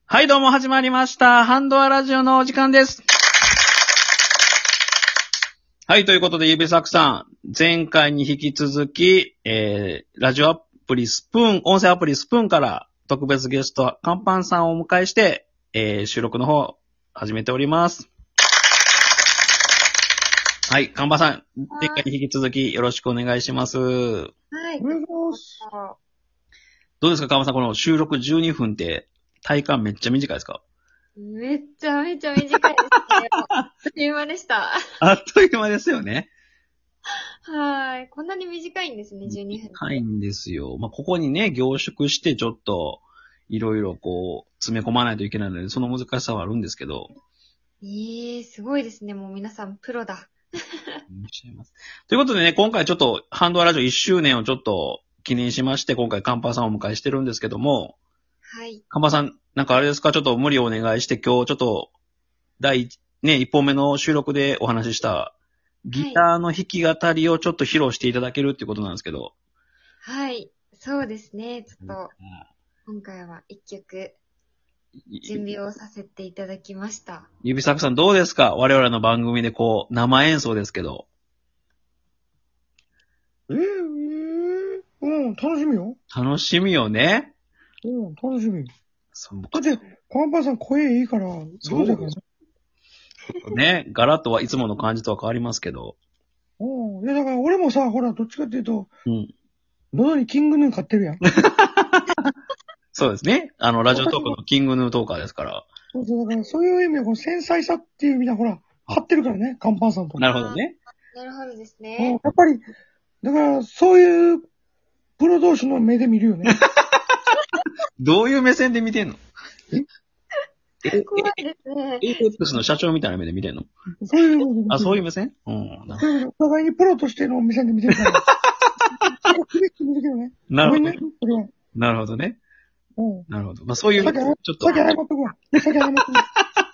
はい、どうも始まりました。ハンドアラジオのお時間です。はい、ということで、指作さん、前回に引き続き、ラジオアプリスプーン、音声アプリスプーンから特別ゲスト、カンパンさんをお迎えして、収録の方、始めております。はい、カンパンさん、前回に引き続きよろしくお願いします。 はい。 お願いします。 どうですか、カンパンさん、この収録12分って、体感めっちゃ短いですか？ めっちゃ短いですね。あっという間でした。 あっという間ですよね。 はい。こんなに短いんですね、12分。 短いんですよ。まあ、ここにね、凝縮してちょっと、いろいろこう、詰め込まないといけないので、その難しさはあるんですけど。 すごいですね。もう皆さんプロだ。 ということでね、今回ちょっと、ハンドアラジオ1周年をちょっと記念しまして、今回カンパさんをお迎えしてるんですけども、 はい。 カンパさん、なんかあれですか、ちょっと無理をお願いして、今日ちょっと、一本目の収録でお話しした、ギターの弾き語りをちょっと披露していただけるっていうことなんですけど。 はい。そうですね。ちょっと、今回は一曲、準備をさせていただきました。 指作さんどうですか？我々の番組でこう、生演奏ですけど。 楽しみよ。 楽しみよね。 楽しみ。 そうだって、カンパさん声いいから、 そうだからね。ガラッとはいつもの感じとは変わりますけど。 いや、だから俺もさ、ほら、どっちかっていうと、 うん。 喉にキングヌー買ってるやん。 そうですね。ラジオトークのキングヌートーカーですから。 だからそういう意味で、この繊細さっていう意味では、ほら、張ってるからね、カンパンさんと。 なるほどね。 なるほどですね。 やっぱり、だから、そういう、プロ同士の目で見るよね。 どういう目線で見てんの？ 怖いですね。 AX の社長みたいな目で見てんの？ そういう目で見てる。 あ、そういう目線？うん。 お互いにプロとしての目線で見てるから。厳しく見るけどね。 なるほどね。 ごめんね、それは。 なるほどね。 うん。 なるほど。まあそういう、ちょっと。 先謝っとくわ。先謝っとくわ。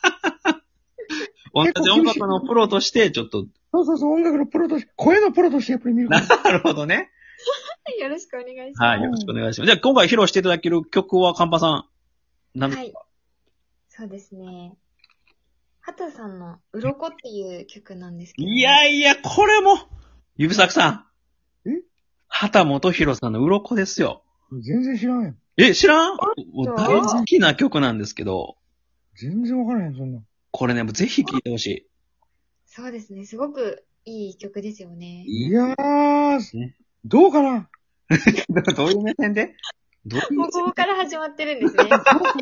同じ音楽のプロとして、ちょっと。 そう、音楽のプロとして、声のプロとしてやっぱり見るから。 なるほどね。 よろしくお願いします。 はい、よろしくお願いします。じゃあ今回披露していただける曲は、カンパさん、何ですか？ はい。そうですね。畑さんの鱗っていう曲なんですけど。 いやいや、これも、指作さん。畑元博さんの鱗ですよ。 全然知らんやん。 知らん？もう大好きな曲なんですけど。 全然わからへん、そんな。 これね、もうぜひ聴いてほしい。 そうですね。すごくいい曲ですよね。 いやー、ね、どうかなどういう目線で？ もうここから始まってるんですね。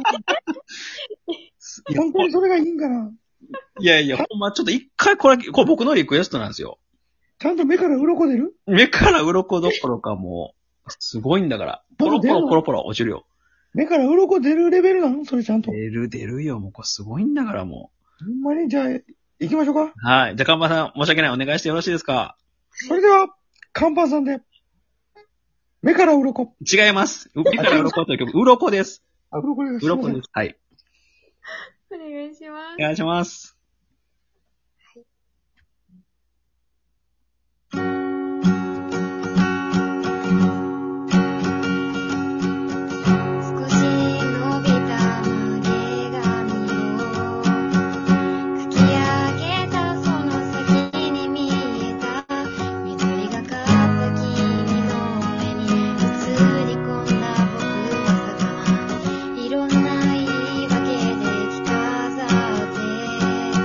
本当にそれがいいんかな？ いやいや、ほんまちょっと一回これ僕のリクエストなんですよ。 ちゃんと目から鱗出る？ 目から鱗どころかもう、すごいんだから。ポロポロ落ちるよ。 目から鱗出るレベルなの？それちゃんと。 出るよ。もうこれすごいんだからもう。ほんまに、じゃあ、行きましょうか。 はい。じゃあ、カンパさん、申し訳ない。お願いしてよろしいですか？ それでは、カンパさんで、目から鱗。 違います。目から鱗という曲、鱗です。 鱗です。 鱗です。はい。 お願いします。 お願いします。 いろんな言い訳で着飾って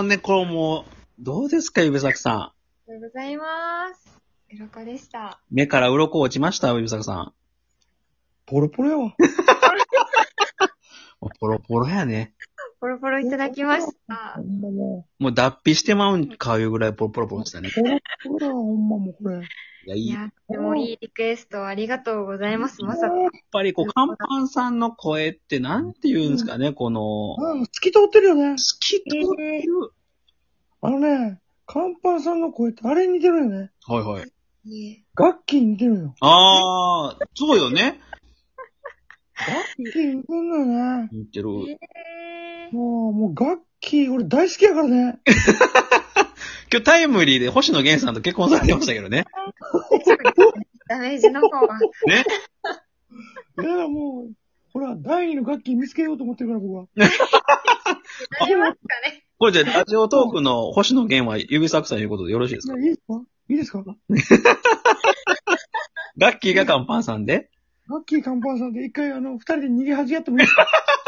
のね、こうもう、どうですか、指作さん。 ありがとうございます。鱗でした。 目から鱗落ちました、指作さん。 ポロポロやわ。 ポロポロやね。 ポロポロいただきました。 ほんまももう脱皮してまうんかいうぐらいポロポロポロしたね。 う。ポロポロやわ、ほんまもうこれ。 いや、いい。やっいや、でもいいリクエストありがとうございます。まさか。 ぱりこう、カンパンさんの声ってなんて言うんですかね、この、 透き通ってるよね。 透き通ってる。 あのね、カンパンさんの声ってあれに似てるよね。 はいはい。 ね楽器に似てるよ。 あー、そうよね。 楽器に似てるのよね。 似てる。 もう楽器、俺大好きやからね。 今日タイムリーで星野源さんと結婚されてましたけどね。 ダメージの方は。 ね。 いや、もう、ほら、第二の楽器見つけようと思ってるから、僕は。 ありますかね。 これじゃあラジオトークの星野源は指作さんということでよろしいですか？ いいですかいいですかガッキーがカンパンさんで楽器カンパンさんで一回、二人で逃げ恥やってもいいですか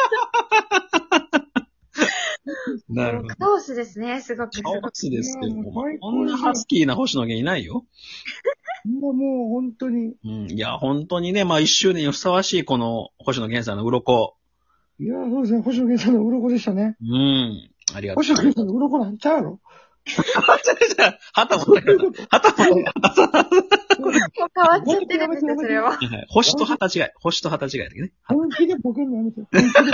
なるほど。 カオスですね、すごく。 カオスですよ。 もう最高こんなハスキーな星野源いないよ。 もう本当に。 うん。いや、本当にね、まあ一周年にふさわしいこの星野源さんの鱗。 いや、そうですね。星野源さんの鱗でしたね。 うん。ありがとう。 星野源さんの鱗なんちゃうやろはたもたよ。はたもたよ。 もう変わっちゃってるんですよ、それは。 星と旗違い。星と旗違いだけどね。 本気でボケんのやめて。本気で。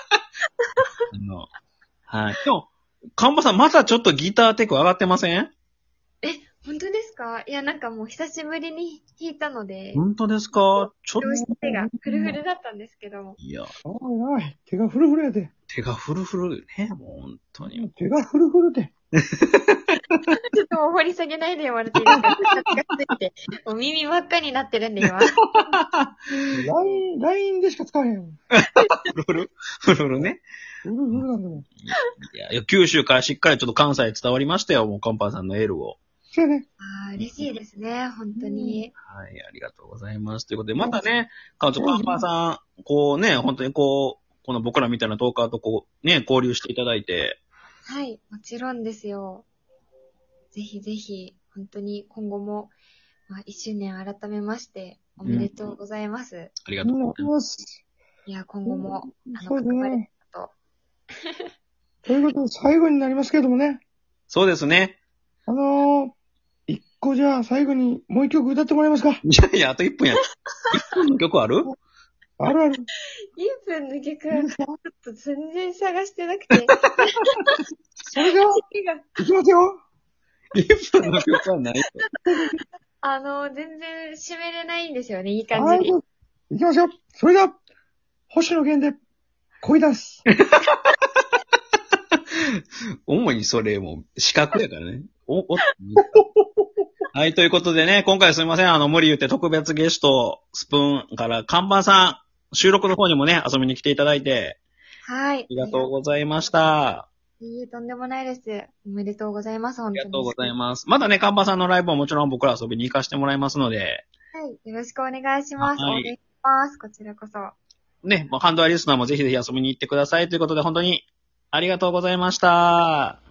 はい。今日、カンパさんまたちょっとギターテク上がってません？ 本当ですか？いや、なんかもう久しぶりに弾いたので、 本当ですか？ちょっどうして手がフルフルだったんですけども。 と、いや、 おい、手がフルフルやで。 手がフルフルね、もう本当に。 手がフルフルで。 ちょっともう掘り下げないで言われていいですか？ついて、もう耳真っ赤になってるんで、今。 LINE でしか使えへん。 フルフルね。 フルフルなんでも。 いや、九州からしっかりちょっと関西伝わりましたよ、もうカンパさんのエールを。 そうやね。 ああ、嬉しいですね、本当に。 はい、ありがとうございます。ということで、またね、カンパさん、こうね、本当にこの僕らみたいなトーカーとこう、ね、交流していただいて。 はい、もちろんですよ。ぜひぜひ、本当に今後も、1周年改めまして、おめでとうございます。 ありがとうございます。 いや、今後も、 そうです関われね。 たと。 ということで、最後になりますけれどもね。 そうですね。 一個じゃあ最後にもう一曲歌ってもらえますか？ いやいや、あと1分や。1分の曲ある？ あるある。 1分の曲、ちょっと全然探してなくて。 それでは、いきますよ。 1分の曲はない。 全然締めれないんですよね、いい感はい。 じに。 いきますよ。それでは、星野源で、恋ダンス。 主にそれもう、視覚やからね。はい、ということでね、今回すみません。無理言って特別ゲスト、スプーンから看板さん、収録の方にもね、遊びに来ていただいて、 はい。 ありがとうございました。 いいえ、とんでもないです。おめでとうございます、本当に。 ありがとうございます。まだね、看板さんのライブももちろん僕ら遊びに行かせてもらいますので、 はい。よろしくお願いします。 はいお願いします。こちらこそ。 ね、ハンドアリスナーもぜひぜひ遊びに行ってくださいということで、本当にありがとうございました。